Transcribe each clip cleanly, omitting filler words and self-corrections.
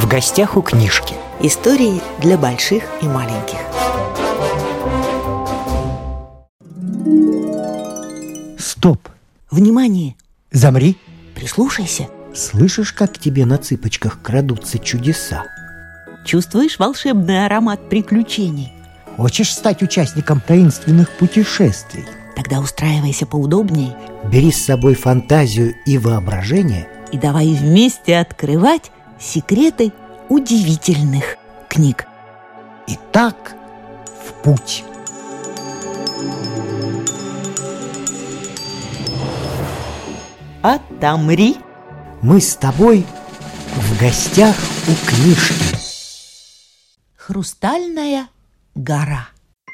В гостях у книжки. Истории для больших и маленьких. Стоп! Внимание! Замри! Прислушайся. Слышишь, как к тебе на цыпочках крадутся чудеса? Чувствуешь волшебный аромат приключений? Хочешь стать участником таинственных путешествий? Тогда устраивайся поудобнее Бери с собой фантазию и воображение и давай вместе открывать секреты удивительных книг. Итак, в путь! Отомри. Мы с тобой в гостях у книжки. Хрустальная гора.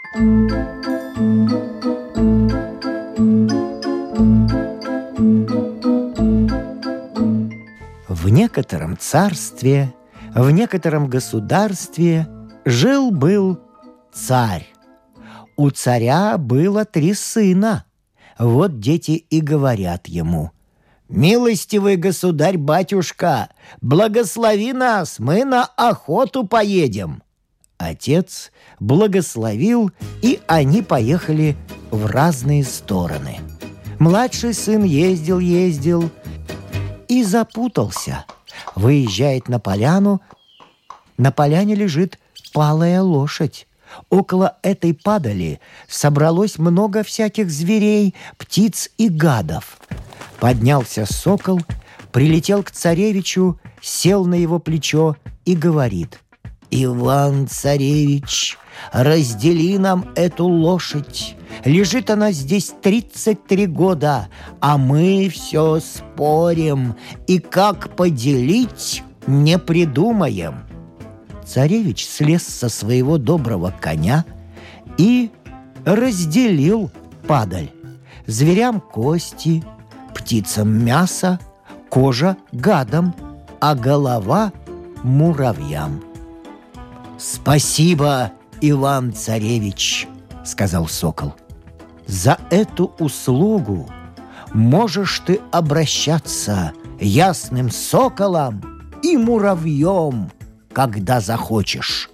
В некотором царстве, в некотором государстве жил-был царь. У царя было 3 сына. Вот дети и говорят ему: «Милостивый государь-батюшка, благослови нас, мы на охоту поедем». Отец благословил, и они поехали в разные стороны. Младший сын ездил и запутался. Выезжает на поляну. На поляне лежит палая лошадь. Около этой падали собралось много всяких зверей, птиц и гадов. Поднялся сокол, прилетел к царевичу, сел на его плечо и говорит: «Иван-царевич, раздели нам эту лошадь. Лежит она здесь 33 года, а мы все спорим, и как поделить не придумаем». Царевич слез со своего доброго коня и разделил падаль. Зверям кости, птицам мясо, кожа гадам, а голова муравьям. «Спасибо, Иван-царевич», — сказал сокол. «За эту услугу можешь ты обращаться ясным соколом и муравьем, когда захочешь».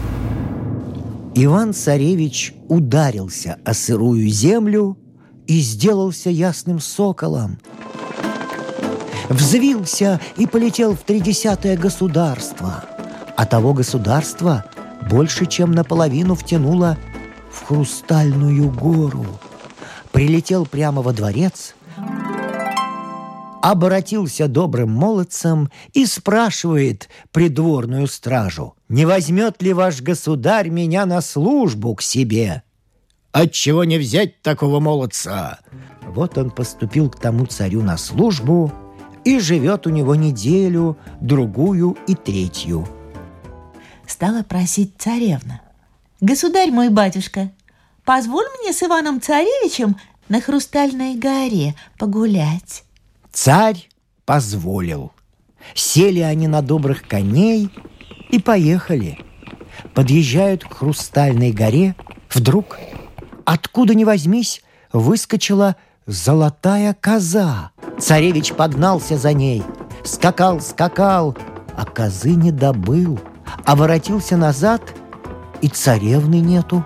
Иван-царевич ударился о сырую землю и сделался ясным соколом. Взвился и полетел в 30-е государство, а того государства больше, чем наполовину втянуло в Хрустальную гору. Прилетел прямо во дворец, обратился добрым молодцем и спрашивает придворную стражу: «Не возьмет ли ваш государь меня на службу к себе?» «Отчего не взять такого молодца?» Вот он поступил к тому царю на службу и живет у него неделю, другую и третью. Стала просить царевна: «Государь мой батюшка, позволь мне с Иваном-царевичем на Хрустальной горе погулять». Царь позволил. Сели они на добрых коней и поехали. Подъезжают к Хрустальной горе. Вдруг, откуда ни возьмись, выскочила золотая коза. Царевич погнался за ней. Скакал, а козы не добыл. А воротился назад, и царевны нету.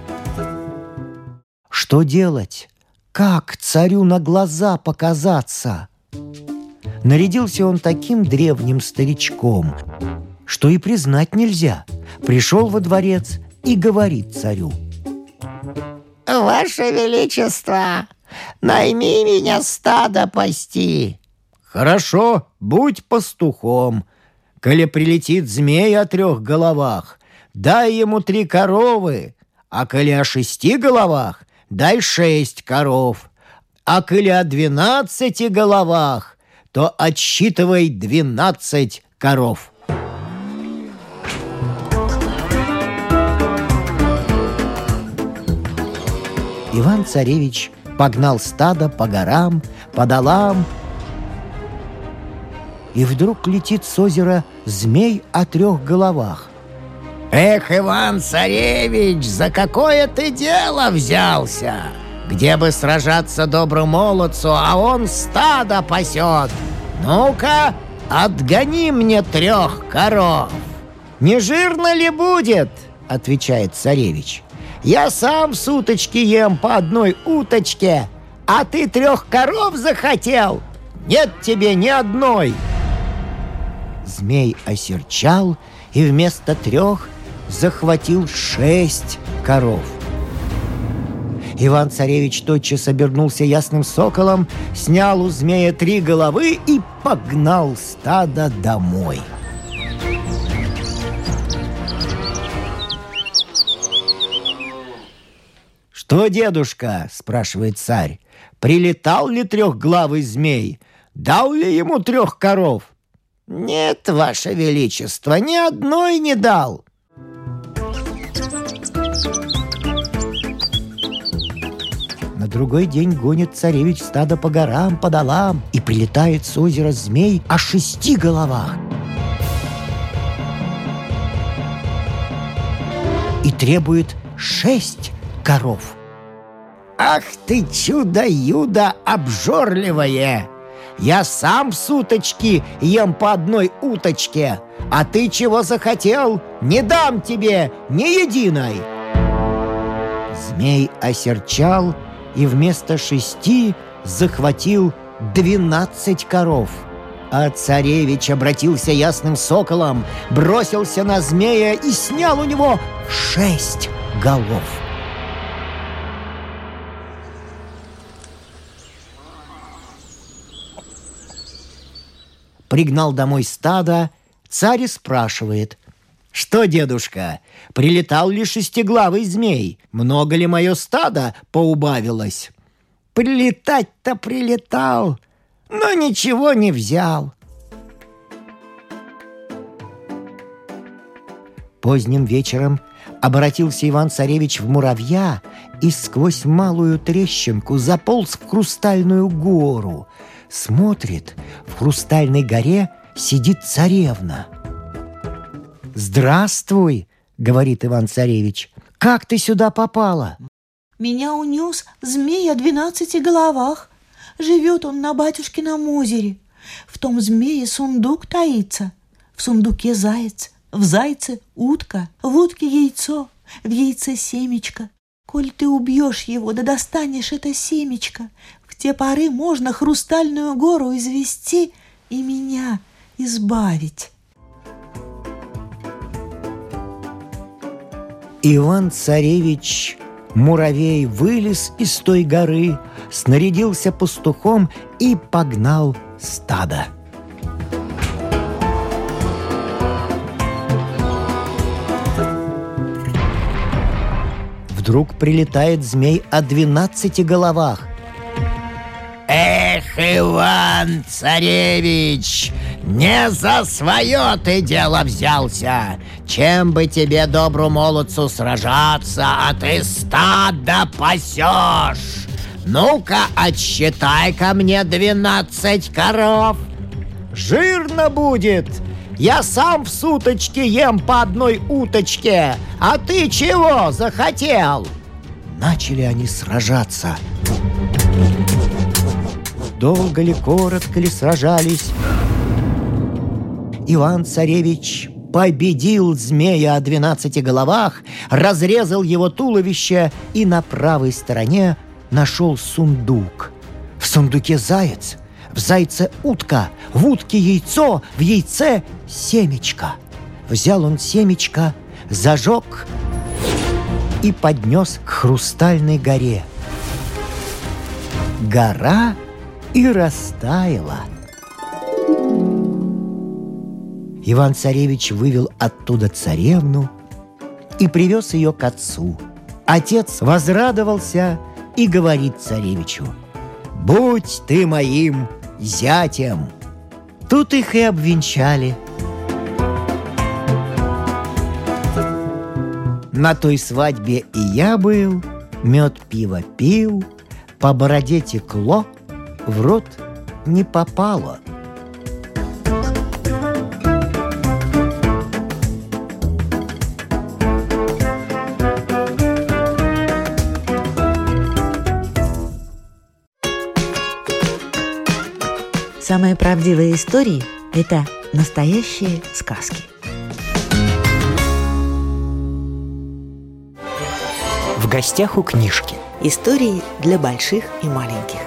Что делать? Как царю на глаза показаться? Нарядился он таким древним старичком, что и признать нельзя. Пришел во дворец и говорит царю: «Ваше Величество, найми меня стадо пасти». «Хорошо, будь пастухом. Коли прилетит змей о 3 головах, дай ему 3 коровы, а коли о 6 головах, дай 6 коров, а коли о 12 головах, то отсчитывай 12 коров». Иван-царевич погнал стадо по горам, по долам, и вдруг летит с озера змей о 3 головах. «Эх, Иван-царевич, за какое ты дело взялся? Где бы сражаться доброму молодцу, а он стадо пасет? Ну-ка, отгони мне 3 коров». «Не жирно ли будет?» — отвечает царевич. «Я сам суточки ем по 1 уточке, а ты 3 коров захотел? Нет тебе ни одной!» Змей осерчал и вместо 3 захватил 6 коров. Иван-царевич тотчас обернулся ясным соколом, снял у змея 3 головы и погнал стадо домой. «Что, дедушка?» — спрашивает царь. «Прилетал ли 3-главый змей? Дал ли ему 3 коров?» «Нет, ваше величество, ни одной не дал». На другой день гонит царевич стадо по горам, по долам, и прилетает с озера змей о 6 головах. И требует 6 коров. «Ах ты, чудо-юдо обжорливое! Я сам суточки ем по 1 уточке, а ты чего захотел? Не дам тебе ни единой!» Змей осерчал и вместо 6 захватил 12 коров. А царевич обратился ясным соколом, бросился на змея и снял у него 6 голов. Пригнал домой стадо, царь и спрашивает: «Что, дедушка, прилетал ли 6-главый змей? Много ли мое стадо поубавилось?» «Прилетать-то прилетал, но ничего не взял». Поздним вечером обратился Иван-царевич в муравья и сквозь малую трещинку заполз в хрустальную гору. Смотрит, в хрустальной горе сидит царевна. «Здравствуй», — говорит Иван-царевич, — «как ты сюда попала?» Меня унес змей о 12 головах. Живет он на батюшкином озере. В том змее сундук таится. В сундуке заяц, в зайце утка, в утке яйцо, в яйце семечко. Коль ты убьешь его, да достанешь это семечко, в те поры можно хрустальную гору извести и меня избавить. Иван-царевич муравей вылез из той горы, снарядился пастухом и погнал стадо. Вдруг прилетает змей о 12 головах. «Эх, Иван-царевич, не за свое ты дело взялся! Чем бы тебе, добру молодцу, сражаться, а ты стадо пасешь! Ну-ка, отсчитай ко мне 12 коров!» «Жирно будет! Я сам в суточке ем по 1 уточке, а ты чего захотел?» Начали они сражаться. Долго ли, коротко ли сражались, Иван-царевич победил змея о 12 головах, разрезал его туловище и на правой стороне нашел сундук. В сундуке заяц, в зайце утка, в утке яйцо, в яйце семечко. Взял он семечко, зажег и поднес к хрустальной горе. Гора и растаяла. Иван-царевич вывел оттуда царевну и привез ее к отцу. Отец возрадовался и говорит царевичу: «Будь ты моим зятем!» Тут их и обвенчали. На той свадьбе и я был, мед пиво пил, по бороде текло, в рот не попало. Самые правдивые истории Это настоящие сказки. В гостях у книжки. Истории для больших и маленьких.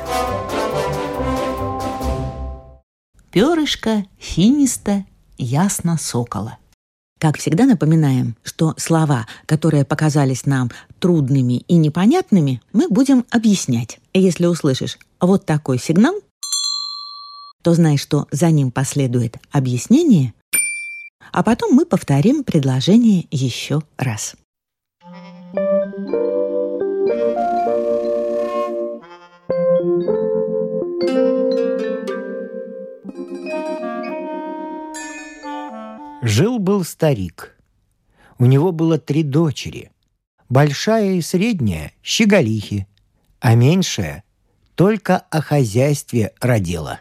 Перышко, финиста, ясно сокола. Как всегда напоминаем, что слова, которые показались нам трудными и непонятными, мы будем объяснять. И если услышишь вот такой сигнал, то знай, что за ним последует объяснение, а потом мы повторим предложение еще раз. Жил-был старик. У него было 3 дочери. Большая и средняя – щеголихи, а меньшая только о хозяйстве родила.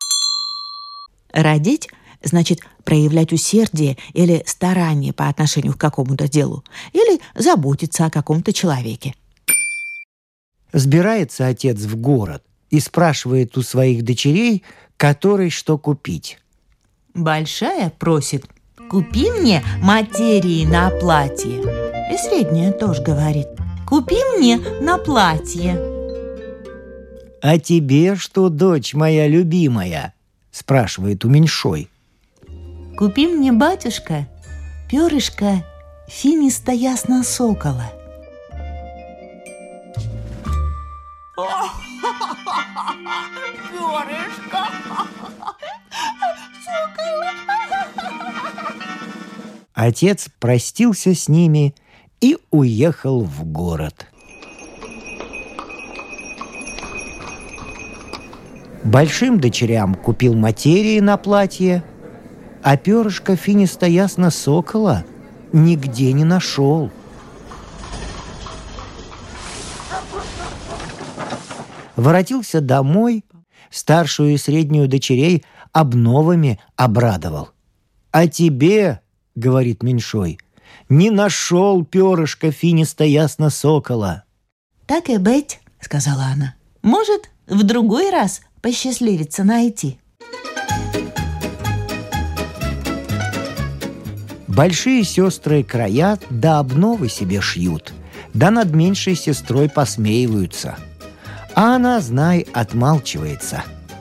Родить значит проявлять усердие или старание по отношению к какому-то делу, или заботиться о каком-то человеке. Сбирается отец в город и спрашивает у своих дочерей, которой что купить. Большая просит: «Купи мне материи на платье». И средняя тоже говорит: «Купи мне на платье». «А тебе что, дочь моя любимая?» – спрашивает у меньшой. «Купи мне, батюшка, перышко финиста ясно сокола». Перышко сокола. Отец простился с ними и уехал в город. Большим дочерям купил материи на платье, а перышко финиста ясно сокола нигде не нашел. Воротился домой, старшую и среднюю дочерей обновами обрадовал. «А тебе, — говорит меньшой, — не нашел перышко финиста ясно сокола». «Так и быть, — сказала она, — может, в другой раз посчастливится найти». Большие сестры краят да обновы себе шьют, да над меньшей сестрой посмеиваются. А она, знай, отмалчивается.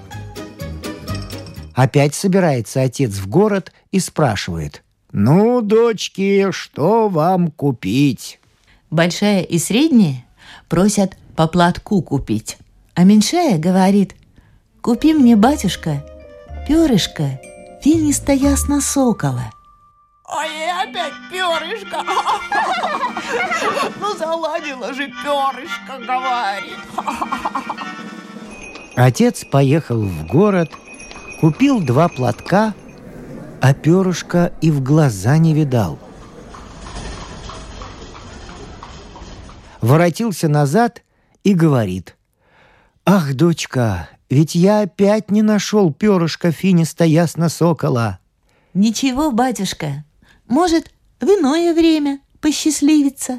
Опять собирается отец в город и спрашивает: «Ну, дочки, что вам купить?» Большая и средняя просят по платку купить, а меньшая говорит: «Купи мне, батюшка, перышко финиста ясно сокола». Ой, опять перышко. Ну, заладила же перышко, говорит. Отец поехал в город, купил 2 платка, а перышка и в глаза не видал. Воротился назад и говорит: «Ах, дочка, ведь я опять не нашел перышка финиста ясно сокола». «Ничего, батюшка, может, в иное время посчастливится».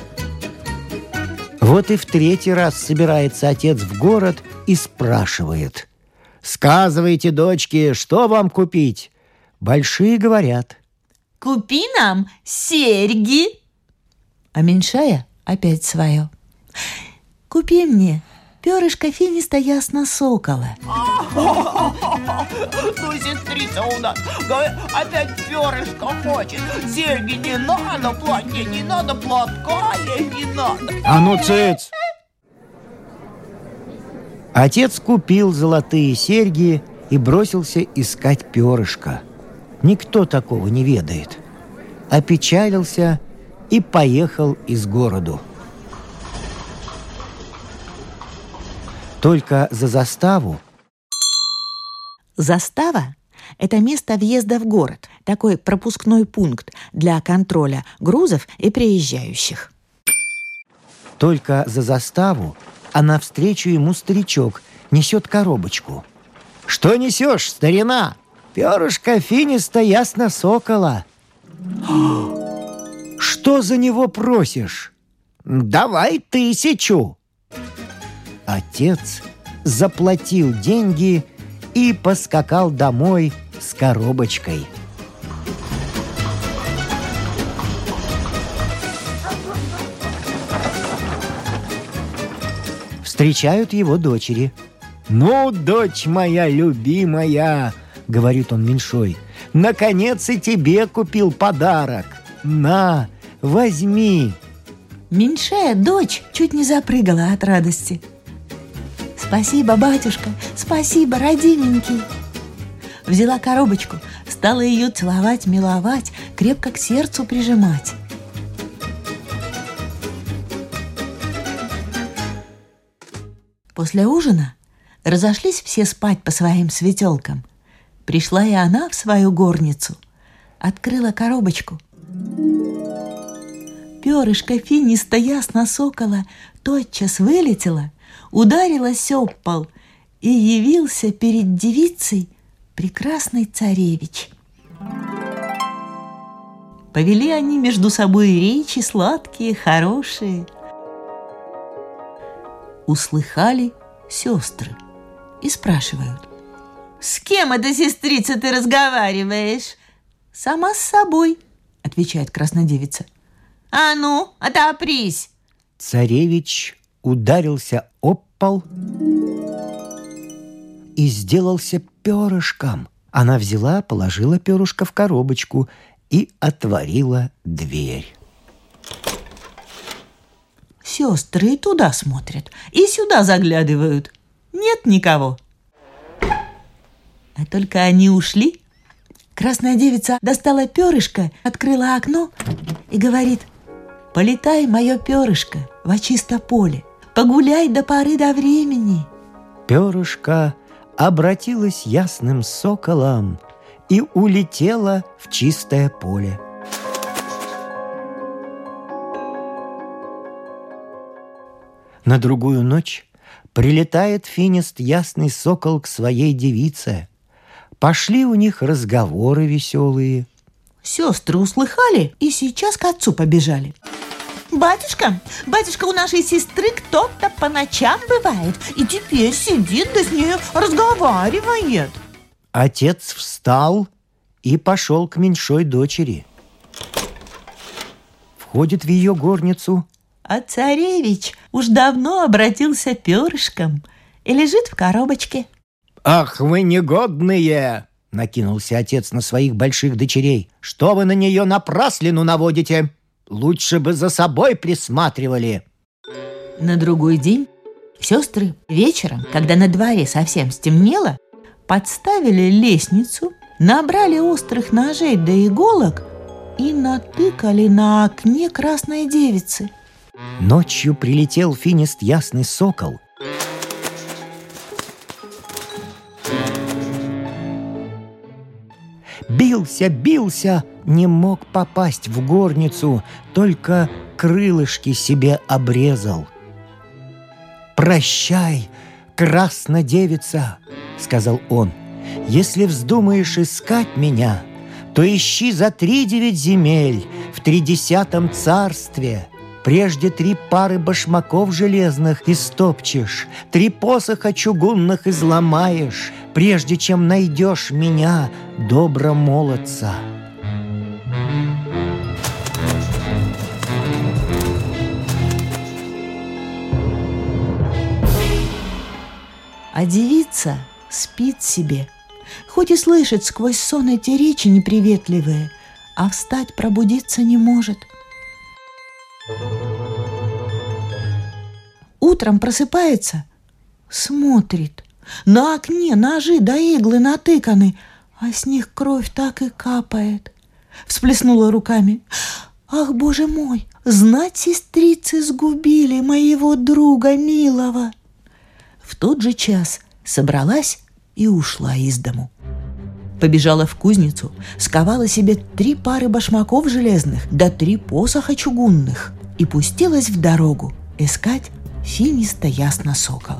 Вот и в 3-й раз собирается отец в город и спрашивает: «Сказывайте, дочки, что вам купить?» Большие говорят: «Купи нам серьги». А меньшая опять свое: «Купи мне перышко финиста ясно сокола». Ну, сестрица у нас, говорит, опять перышко хочет. Серьги не надо, платье не надо, платка ей не надо. «А ну, цыц!» Отец купил золотые серьги и бросился искать перышко. Никто такого не ведает. Опечалился и поехал из города. Только за заставу. Застава – это место въезда в город, такой пропускной пункт для контроля грузов и приезжающих. Только за заставу, а навстречу ему старичок несет коробочку. «Что несешь, старина? Перышко финиста ясно сокола». «Что за него просишь?» «Давай 1000». Отец заплатил деньги и поскакал домой с коробочкой. Встречают его дочери. «Ну, дочь моя любимая, — говорит он меньшой, — наконец и тебе купил подарок. На, возьми!» Меньшая дочь чуть не запрыгала от радости. «Спасибо, батюшка, спасибо, родименький!» Взяла коробочку, стала ее целовать, миловать, крепко к сердцу прижимать. После ужина разошлись все спать по своим светелкам. Пришла и она в свою горницу, открыла коробочку. Перышко финиста ясно сокола тотчас вылетело, ударилось об пол, и явился перед девицей прекрасный царевич. Повели они между собой речи сладкие, хорошие. Услыхали сестры и спрашивают: «С кем это, сестрица, ты разговариваешь?» «Сама с собой», — отвечает краснодевица. «А ну, отопрись!» Царевич ударился об пол и сделался перышком. Она взяла, положила перышко в коробочку и отворила дверь. Сестры и туда смотрят, и сюда заглядывают. Нет никого. А только они ушли, красная девица достала перышко, открыла окно и говорит: «Полетай, мое перышко, во чисто поле, погуляй до поры до времени». Перышко обратилось ясным соколом и улетело в чистое поле. На другую ночь прилетает финист ясный сокол к своей девице. Пошли у них разговоры веселые. Сестры услыхали и сейчас к отцу побежали. «Батюшка, батюшка, у нашей сестры кто-то по ночам бывает, и теперь сидит да с нею разговаривает». Отец встал и пошел к меньшой дочери. Входит в ее горницу. А царевич уж давно обратился перышком и лежит в коробочке. «Ах, вы негодные!» — накинулся отец на своих больших дочерей. «Что вы на нее напраслину наводите? Лучше бы за собой присматривали». На другой день сестры вечером, когда на дворе совсем стемнело, подставили лестницу, набрали острых ножей да иголок и натыкали на окне красной девицы. Ночью прилетел финист ясный сокол. Бился, не мог попасть в горницу, только крылышки себе обрезал. «Прощай, краснодевица!» — сказал он. «Если вздумаешь искать меня, то ищи за 39 земель в 30 царстве. Прежде 3 пары башмаков железных истопчешь, 3 посоха чугунных изломаешь, прежде чем найдешь меня, добромолодца». А девица спит себе, хоть и слышит сквозь сон эти речи неприветливые, а встать пробудиться не может. Утром просыпается, смотрит. На окне ножи да иглы натыканы, а с них кровь так и капает. Всплеснула руками. «Ах, Боже мой! Знать, сестрицы сгубили моего друга милого!» В тот же час собралась и ушла из дому. Побежала в кузницу, сковала себе 3 пары башмаков железных да 3 посоха чугунных и пустилась в дорогу искать финиста ясно сокола.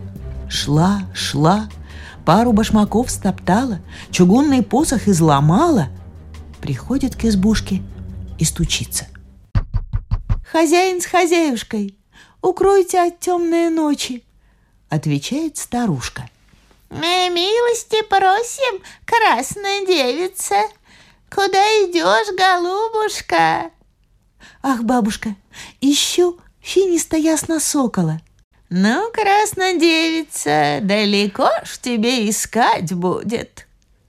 Шла, пару башмаков стоптала, чугунный посох изломала, приходит к избушке и стучится. «Хозяин с хозяюшкой, укройте от темной ночи», — отвечает старушка. Милости просим, красная девица. Куда идешь, голубушка? Ах, бабушка, ищу финиста-ясно-сокола. Ну, красная девица, далеко ж тебе искать будет.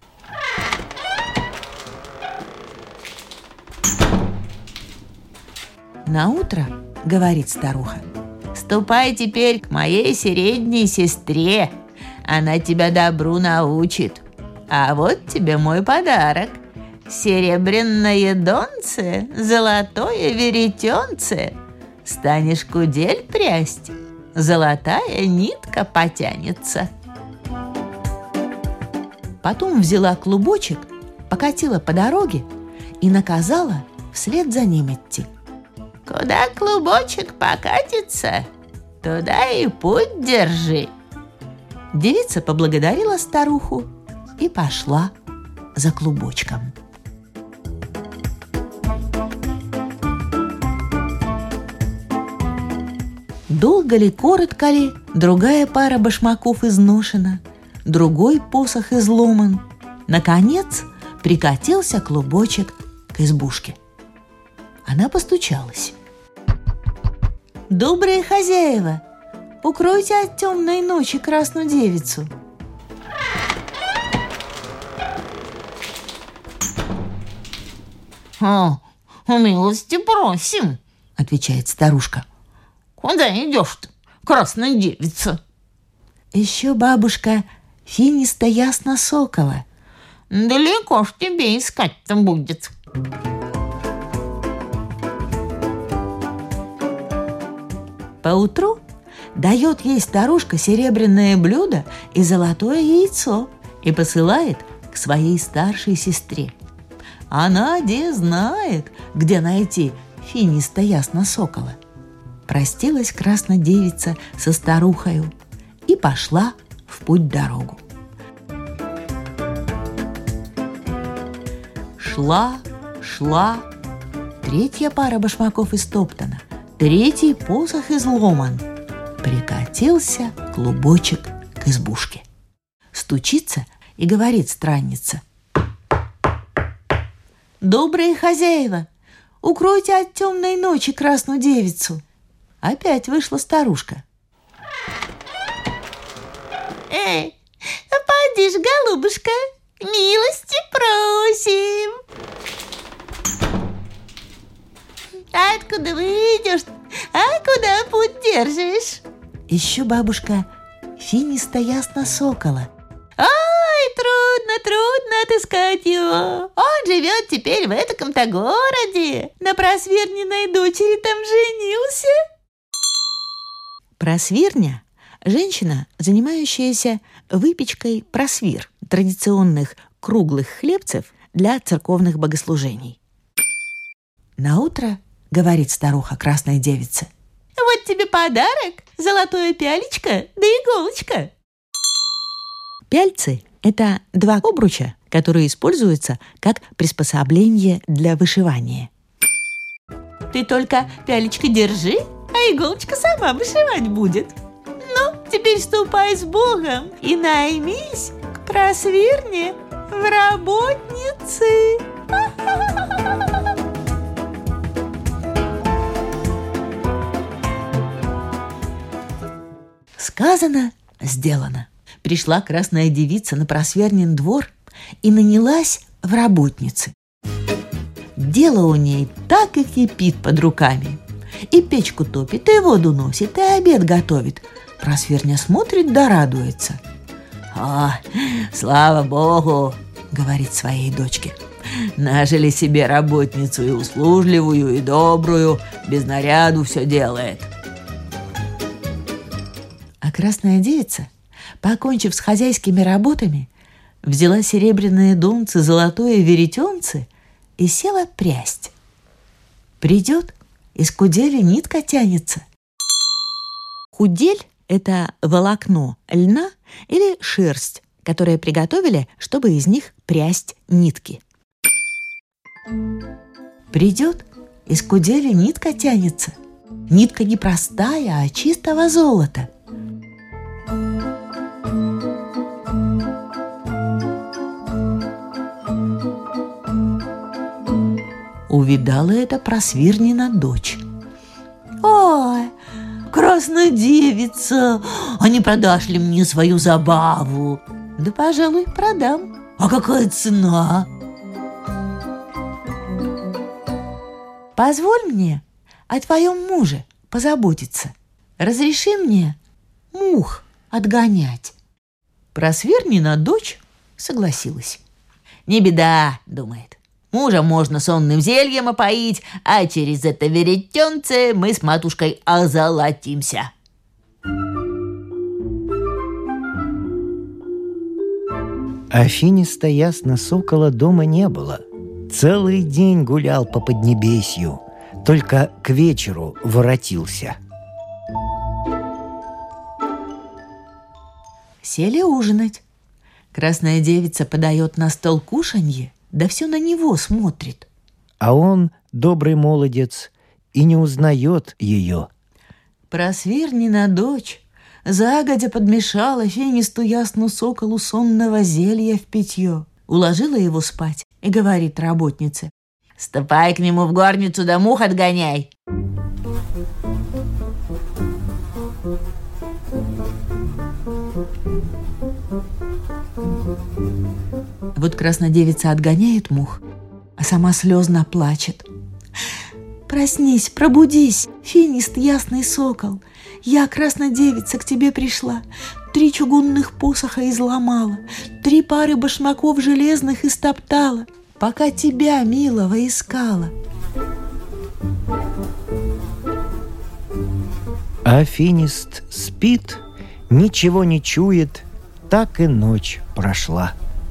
Наутро, говорит старуха, ступай теперь к моей средней сестре. Она тебя добру научит. А вот тебе мой подарок. Серебряное донце, золотое веретенце. Станешь кудель прясть, золотая нитка потянется. Потом взяла клубочек, покатила по дороге и наказала вслед за ним идти. Куда клубочек покатится, туда и путь держи. Девица поблагодарила старуху и пошла за клубочком. Долго ли, коротко ли, другая пара башмаков изношена, другой посох изломан. Наконец прикатился клубочек к избушке. Она постучалась. «Добрые хозяева, укройте от темной ночи красную девицу». Милости просим», — отвечает старушка. «Куда идешь-то, красная девица?» «Еще, бабушка, финиста-ясно-сокола». «Далеко ж тебе искать-то будет». Поутру дает ей старушка серебряное блюдо и золотое яйцо и посылает к своей старшей сестре. Она знает, где найти финиста-ясно-сокола. Простилась красная девица со старухою и пошла в путь-дорогу. Шла, третья пара башмаков истоптана, третий посох изломан. Прикатился клубочек к избушке. Стучится и говорит странница: «Добрые хозяева, укройте от темной ночи красную девицу». Опять вышла старушка. «Эй, поди ж, голубушка, милости просим». «Откуда выйдешь? А куда путь держишь?» Ищу, бабушка, финиста-ясно-сокола. «Ой, трудно отыскать его. Он живет теперь в этаком-то городе. На Просвирниной дочери там женился». Просвирня – женщина, занимающаяся выпечкой просвир, традиционных круглых хлебцев для церковных богослужений. Наутро, говорит старуха красная девица, «Вот тебе подарок, золотое пялечко да иголочка». Пяльцы – это два обруча, которые используются как приспособление для вышивания. «Ты только пялечко держи, а иголочка сама вышивать будет. Ну, теперь ступай с Богом и наймись к Просвирне в работницы». Сказано, сделано. Пришла красная девица на Просвирнин двор и нанялась в работницы. Дело у ней так и кипит под руками. И печку топит, и воду носит, и обед готовит. Просвирня смотрит да радуется. «Слава Богу!» — говорит своей дочке. «Нажили себе работницу и услужливую, и добрую, без наряду все делает». А красная девица, покончив с хозяйскими работами, взяла серебряные донцы, золотое веретенце и села прясть. Придет, из кудели нитка тянется. Кудель – это волокно льна или шерсть, которые приготовили, чтобы из них прясть нитки. Придет, из кудели нитка тянется. Нитка не простая, а чистого золота. Увидала это Просвирнина дочь. «Ой, красная девица, а не продашь ли мне свою забаву?» «Да, пожалуй, продам. А какая цена?» «Позволь мне о твоем муже позаботиться. Разреши мне мух отгонять». Просвирнина дочь согласилась. «Не беда, — думает, — мужа можно сонным зельем опоить, а через это веретенце мы с матушкой озолотимся». Афиниста ясно сокола дома не было. Целый день гулял по Поднебесью, только к вечеру воротился. Сели ужинать. Красная девица подает на стол кушанье, да все на него смотрит. А он, добрый молодец, и не узнает ее. Просвирнина дочь загодя подмешала финисту ясну соколу сонного зелья в питье, уложила его спать и говорит работнице: «Ступай к нему в горницу, да мух отгоняй». Вот краснодевица отгоняет мух, а сама слезно плачет. «Проснись, пробудись, финист ясный сокол. Я, краснодевица, к тебе пришла. 3 чугунных посоха изломала, 3 пары башмаков железных истоптала, пока тебя, милого, искала». А финист спит, ничего не чует, так и ночь прошла.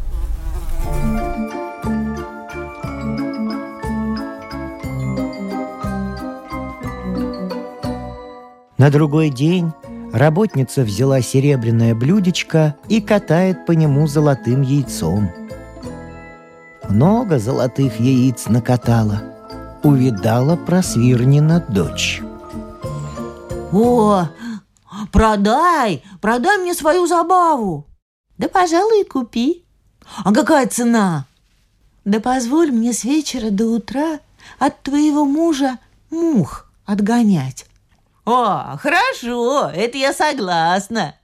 На другой день работница взяла серебряное блюдечко и катает по нему золотым яйцом. Много золотых яиц накатала. Увидала Просвирнина дочь. «О, продай мне свою забаву». «Да, пожалуй, купи». «А какая цена?» «Да позволь мне с вечера до утра от твоего мужа мух отгонять». «О, хорошо, это я согласна».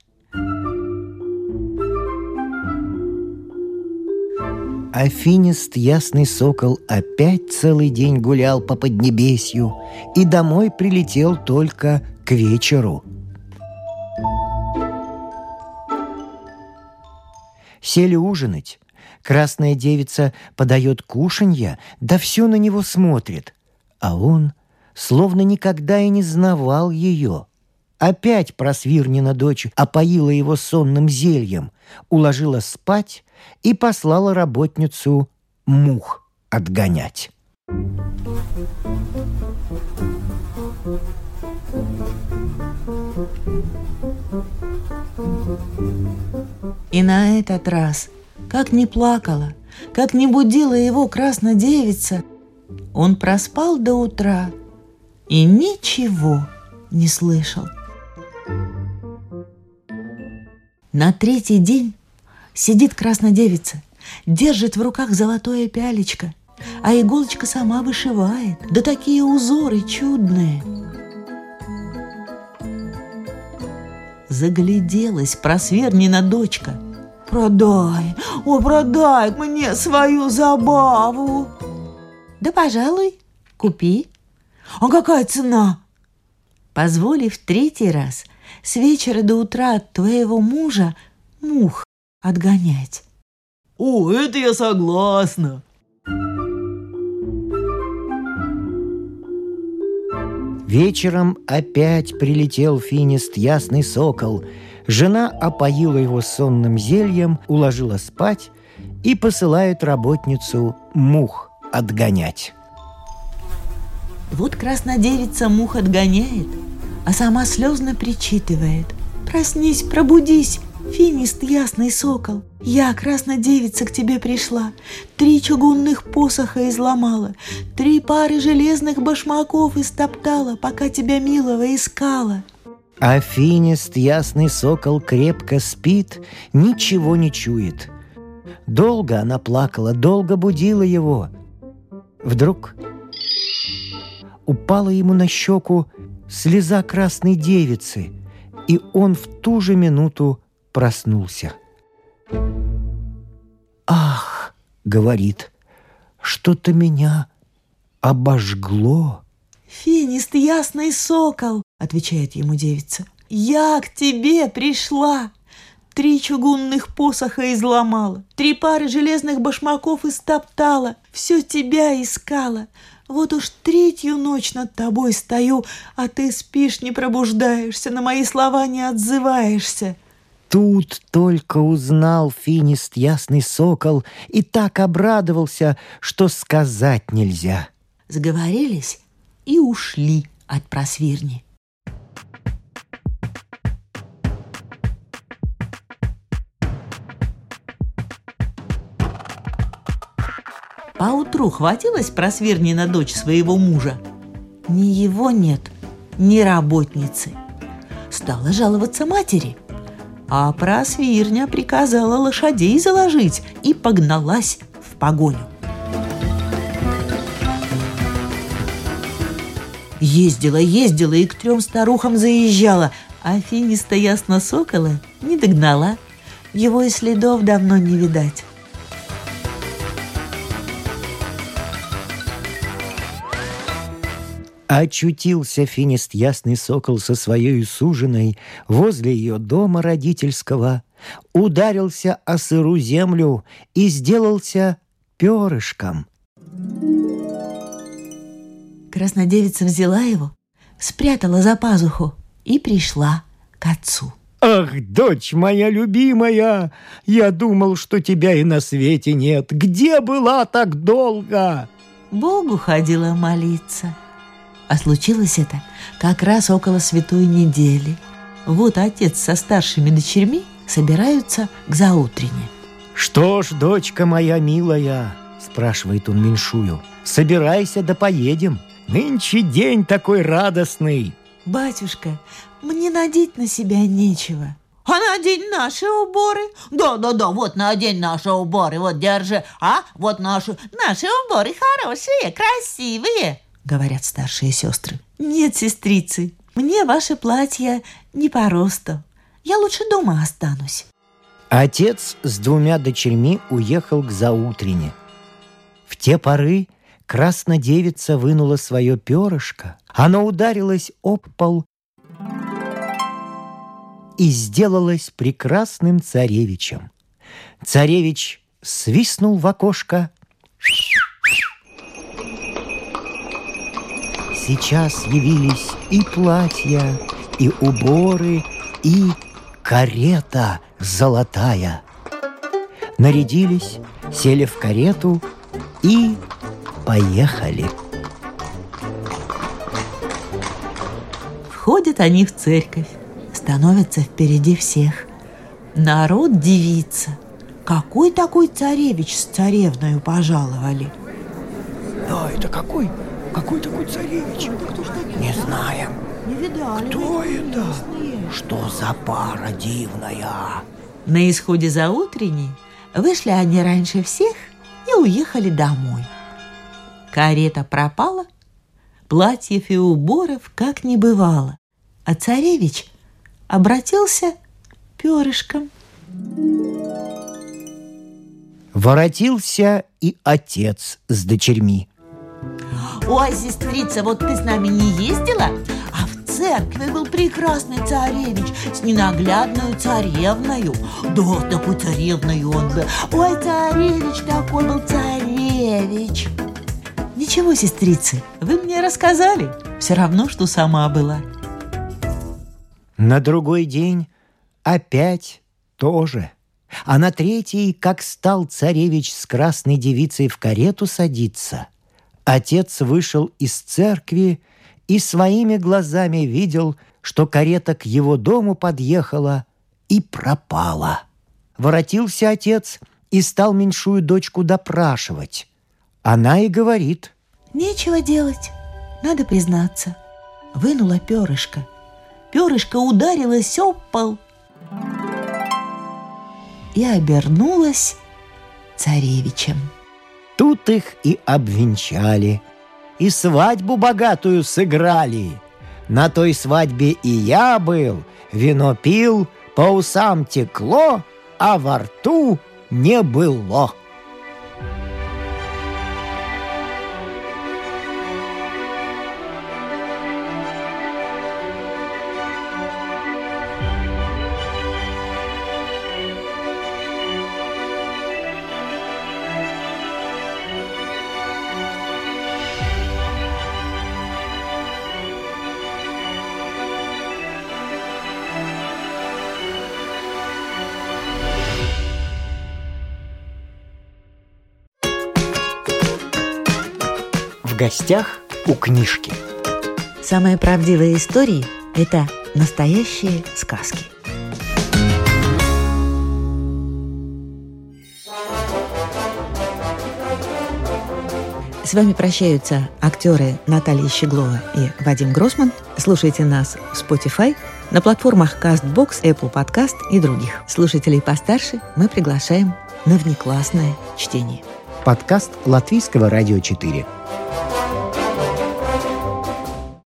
А финист ясный сокол опять целый день гулял по Поднебесью и домой прилетел только к вечеру. Сели ужинать. Красная девица подает кушанья, да все на него смотрит, а он словно никогда и не знавал ее. Опять Просвирнина дочь опоила его сонным зельем, уложила спать и послала работницу мух отгонять. И на этот раз, как ни плакала, как ни будила его краснодевица, он проспал до утра и ничего не слышал. На 3-й день сидит краснодевица, держит в руках золотое пялечко, а иголочка сама вышивает, да такие узоры чудные. Загляделась Просвирнина дочка. «Продай, продай мне свою забаву». «Да, пожалуй, купи». «А какая цена?» «Позволив 3-й раз с вечера до утра от твоего мужа мух отгонять». «О, это я согласна». Вечером опять прилетел финист ясный сокол. Жена опоила его сонным зельем, уложила спать и посылает работницу мух отгонять. Вот краснодевица мух отгоняет, а сама слезно причитывает: «Проснись, пробудись, финист ясный сокол. Я, краснодевица, к тебе пришла. 3 чугунных посоха изломала, 3 пары железных башмаков истоптала, пока тебя, милого, искала». А финист ясный сокол крепко спит, ничего не чует. Долго она плакала, долго будила его. Вдруг упала ему на щеку слеза красной девицы, и он в ту же минуту проснулся. «Ах, — говорит, — что-то меня обожгло». «Финист, ясный сокол, — отвечает ему девица, — я к тебе пришла. 3 чугунных посоха изломала, 3 пары железных башмаков истоптала, все тебя искала. Вот уж 3-ю ночь над тобой стою, а ты спишь, не пробуждаешься, на мои слова не отзываешься». Тут только узнал Финист ясный сокол и так обрадовался, что сказать нельзя. Сговорились и ушли от просвирни. Поутру хватилась просвирнина дочь своего мужа. Ни его нет, ни работницы. Стала жаловаться матери. А просвирня приказала лошадей заложить и погналась в погоню. Ездила и к 3 старухам заезжала, а Финиста ясно-сокола не догнала. Его и следов давно не видать. Очутился Финист ясный сокол со своей суженой возле ее дома родительского, ударился о сыру землю и сделался перышком. Краснодевица взяла его, спрятала за пазуху и пришла к отцу. «Ах, дочь моя любимая, я думал, что тебя и на свете нет. Где была так долго?» Богу ходила молиться. А случилось это как раз около святой недели. Вот отец со старшими дочерьми собираются к заутрене. «Что ж, дочка моя милая, — спрашивает он меньшую, — собирайся да поедем. Нынче день такой радостный». «Батюшка, мне надеть на себя нечего». А надень наши уборы. Да, вот надень наши уборы, вот держи. А вот наши уборы хорошие, красивые, говорят старшие сестры. «Нет, сестрицы, мне ваше платье не по росту. Я лучше дома останусь». Отец с 2 дочерьми уехал к заутрене. В те поры краснодевица вынула свое перышко, оно ударилось об пол и сделалось прекрасным царевичем. Царевич свистнул в окошко. Сейчас явились и платья, и уборы, и карета золотая. Нарядились, сели в карету и поехали. Входят они в церковь, становятся впереди всех. Народ дивится. Какой такой царевич с царевною пожаловали? Да, это какой такой царевич? Не знаем. Не видали. Кто это? Что за пара дивная? На исходе заутренней вышли они раньше всех и уехали домой. Карета пропала, платьев и уборов как не бывало, а царевич обратился перышком. Воротился и отец с дочерьми. Ой, сестрица, вот ты с нами не ездила? А в церкви был прекрасный царевич с ненаглядную царевною. Да, такой царевною он был. Ой, царевич такой был, царевич. Ничего, сестрицы, вы мне рассказали. Все равно, что сама была. На другой день опять тоже. А на 3-й, как стал царевич с красной девицей в карету садиться, отец вышел из церкви и своими глазами видел, что карета к его дому подъехала и пропала. Воротился отец и стал меньшую дочку допрашивать. Она и говорит: «Нечего делать, надо признаться». Вынула перышко. Перышко ударилось об пол и обернулась царевичем. Тут их и обвенчали. и свадьбу богатую сыграли. На той свадьбе и я был, вино пил, по усам текло, а во рту не было. В гостях у книжки. Самые правдивые истории – это настоящие сказки. С вами прощаются актеры Наталья Щеглова и Вадим Гроссман. Слушайте нас в Spotify, на платформах CastBox, Apple Podcast и других. Слушателей постарше мы приглашаем на внеклассное чтение. Подкаст Латвийского радио 4.